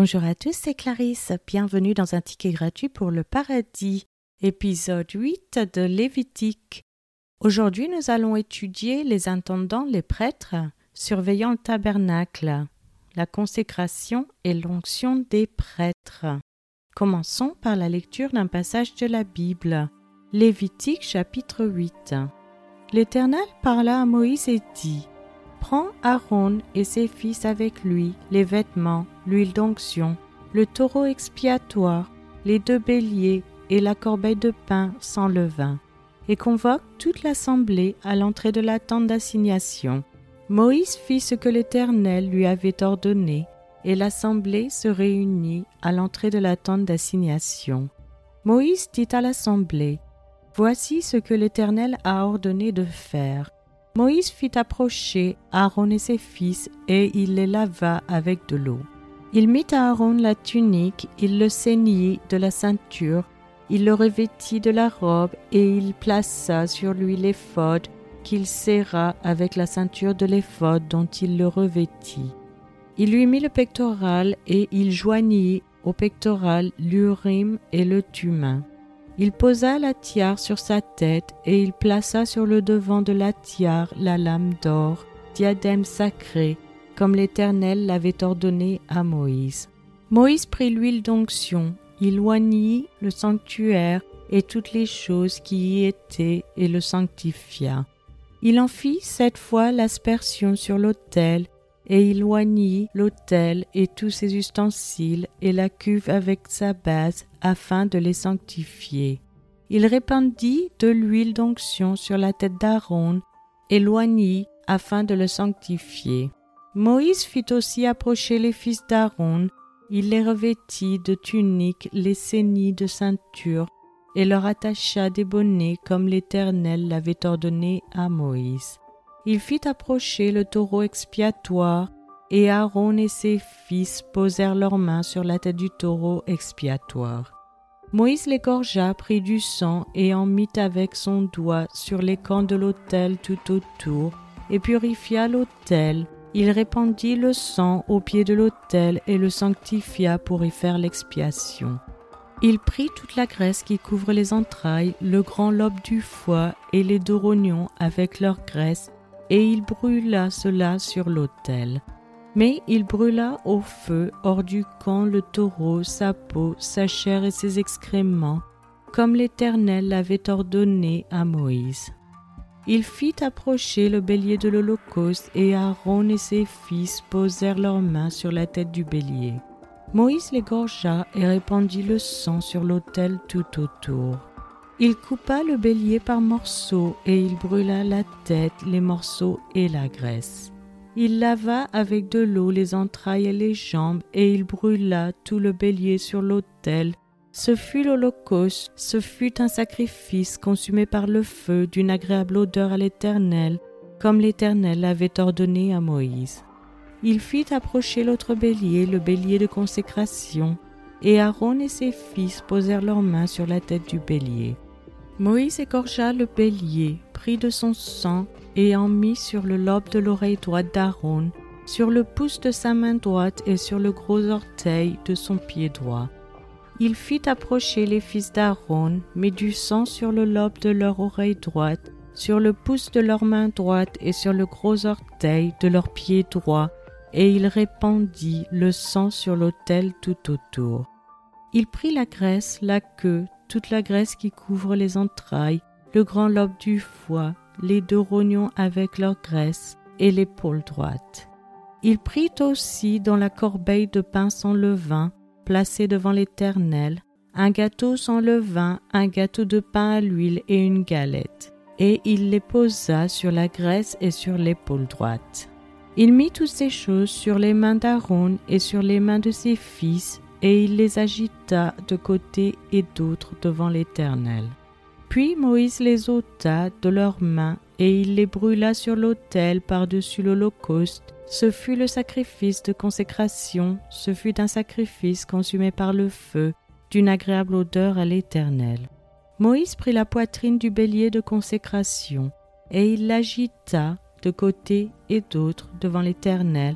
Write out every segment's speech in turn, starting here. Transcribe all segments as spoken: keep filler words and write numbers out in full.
Bonjour à tous, c'est Clarisse. Bienvenue dans un ticket gratuit pour le paradis, épisode huit de Lévitique. Aujourd'hui, nous allons étudier les intendants, les prêtres, surveillant le tabernacle, la consécration et l'onction des prêtres. Commençons par la lecture d'un passage de la Bible. Lévitique chapitre huit. L'Éternel parla à Moïse et dit: Prends Aaron et ses fils avec lui, les vêtements, l'huile d'onction, le taureau expiatoire, les deux béliers et la corbeille de pain sans levain, et convoque toute l'assemblée à l'entrée de la tente d'assignation. Moïse fit ce que l'Éternel lui avait ordonné, et l'assemblée se réunit à l'entrée de la tente d'assignation. Moïse dit à l'assemblée: Voici ce que l'Éternel a ordonné de faire. Moïse fit approcher Aaron et ses fils, et il les lava avec de l'eau. Il mit à Aaron la tunique, il le ceignit de la ceinture, il le revêtit de la robe, et il plaça sur lui l'éphod qu'il serra avec la ceinture de l'éphod dont il le revêtit. Il lui mit le pectoral, et il joignit au pectoral l'urim et le thummim. Il posa la tiare sur sa tête, et il plaça sur le devant de la tiare la lame d'or, diadème sacré, comme l'Éternel l'avait ordonné à Moïse. Moïse prit l'huile d'onction, il oignit le sanctuaire et toutes les choses qui y étaient, et le sanctifia. Il en fit sept fois l'aspersion sur l'autel, et il oignit l'autel et tous ses ustensiles et la cuve avec sa base, afin de les sanctifier. Il répandit de l'huile d'onction sur la tête d'Aaron et l'oignit afin de le sanctifier. Moïse fit aussi approcher les fils d'Aaron, il les revêtit de tuniques, les ceignit de ceinture et leur attacha des bonnets comme l'Éternel l'avait ordonné à Moïse. Il fit approcher le taureau expiatoire, et Aaron et ses fils posèrent leurs mains sur la tête du taureau expiatoire. Moïse l'égorgea, prit du sang et en mit avec son doigt sur les camps de l'autel tout autour, et purifia l'autel. Il répandit le sang au pied de l'autel et le sanctifia pour y faire l'expiation. Il prit toute la graisse qui couvre les entrailles, le grand lobe du foie et les deux rognons avec leur graisse, et il brûla cela sur l'autel. Mais il brûla au feu hors du camp le taureau, sa peau, sa chair et ses excréments, comme l'Éternel l'avait ordonné à Moïse. Il fit approcher le bélier de l'Holocauste, et Aaron et ses fils posèrent leurs mains sur la tête du bélier. Moïse l'égorgea et répandit le sang sur l'autel tout autour. Il coupa le bélier par morceaux, et il brûla la tête, les morceaux et la graisse. Il lava avec de l'eau les entrailles et les jambes, et il brûla tout le bélier sur l'autel. Ce fut l'Holocauste, ce fut un sacrifice consumé par le feu d'une agréable odeur à l'Éternel, comme l'Éternel l'avait ordonné à Moïse. Il fit approcher l'autre bélier, le bélier de consécration, et Aaron et ses fils posèrent leurs mains sur la tête du bélier. Moïse égorgea le bélier, prit de son sang, et en mit sur le lobe de l'oreille droite d'Aaron, sur le pouce de sa main droite et sur le gros orteil de son pied droit. Il fit approcher les fils d'Aaron, mit du sang sur le lobe de leur oreille droite, sur le pouce de leur main droite et sur le gros orteil de leur pied droit, et il répandit le sang sur l'autel tout autour. Il prit la graisse, la queue, toute la graisse qui couvre les entrailles, le grand lobe du foie, les deux rognons avec leur graisse et l'épaule droite. Il prit aussi dans la corbeille de pain sans levain, placée devant l'Éternel, un gâteau sans levain, un gâteau de pain à l'huile et une galette, et il les posa sur la graisse et sur l'épaule droite. Il mit toutes ces choses sur les mains d'Aaron et sur les mains de ses fils, et il les agita de côté et d'autre devant l'Éternel. Puis Moïse les ôta de leurs mains, et il les brûla sur l'autel par-dessus l'Holocauste. Ce fut le sacrifice de consécration, ce fut un sacrifice consumé par le feu, d'une agréable odeur à l'Éternel. Moïse prit la poitrine du bélier de consécration, et il l'agita de côté et d'autre devant l'Éternel,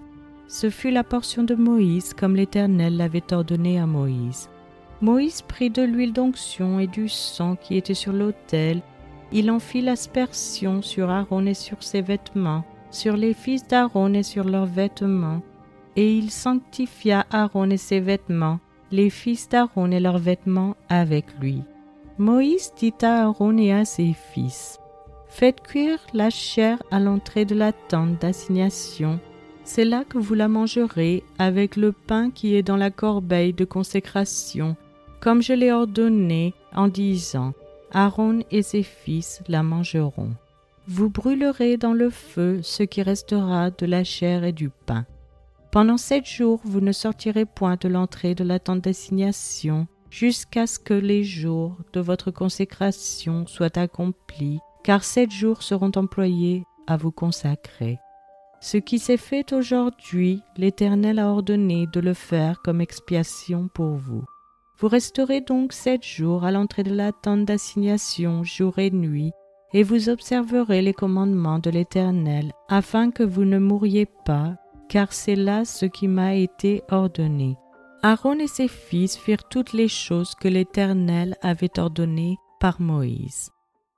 Ce fut la portion de Moïse comme l'Éternel l'avait ordonné à Moïse. Moïse prit de l'huile d'onction et du sang qui était sur l'autel. Il en fit l'aspersion sur Aaron et sur ses vêtements, sur les fils d'Aaron et sur leurs vêtements. Et il sanctifia Aaron et ses vêtements, les fils d'Aaron et leurs vêtements avec lui. Moïse dit à Aaron et à ses fils, « Faites cuire la chair à l'entrée de la tente d'assignation. C'est là que vous la mangerez avec le pain qui est dans la corbeille de consécration, comme je l'ai ordonné en disant, Aaron et ses fils la mangeront. Vous brûlerez dans le feu ce qui restera de la chair et du pain. Pendant sept jours, vous ne sortirez point de l'entrée de la tente d'assignation, jusqu'à ce que les jours de votre consécration soient accomplis, car sept jours seront employés à vous consacrer. Ce qui s'est fait aujourd'hui, l'Éternel a ordonné de le faire comme expiation pour vous. Vous resterez donc sept jours à l'entrée de la tente d'assignation, jour et nuit, et vous observerez les commandements de l'Éternel, afin que vous ne mouriez pas, car c'est là ce qui m'a été ordonné. » Aaron et ses fils firent toutes les choses que l'Éternel avait ordonnées par Moïse.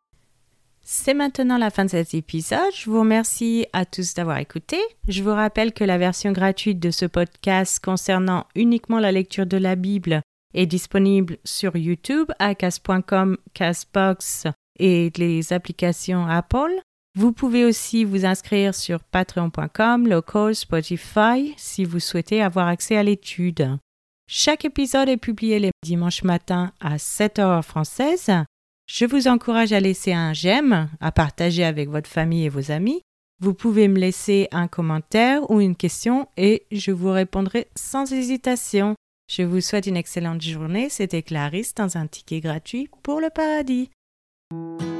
C'est maintenant la fin de cet épisode. Je vous remercie à tous d'avoir écouté. Je vous rappelle que la version gratuite de ce podcast concernant uniquement la lecture de la Bible est disponible sur YouTube, acast point com, Castbox et les applications Apple. Vous pouvez aussi vous inscrire sur patreon point com, Local, Spotify si vous souhaitez avoir accès à l'étude. Chaque épisode est publié les dimanches matins à sept heures française. Je vous encourage à laisser un j'aime, à partager avec votre famille et vos amis. Vous pouvez me laisser un commentaire ou une question et je vous répondrai sans hésitation. Je vous souhaite une excellente journée. C'était Clarisse dans un ticket gratuit pour le paradis.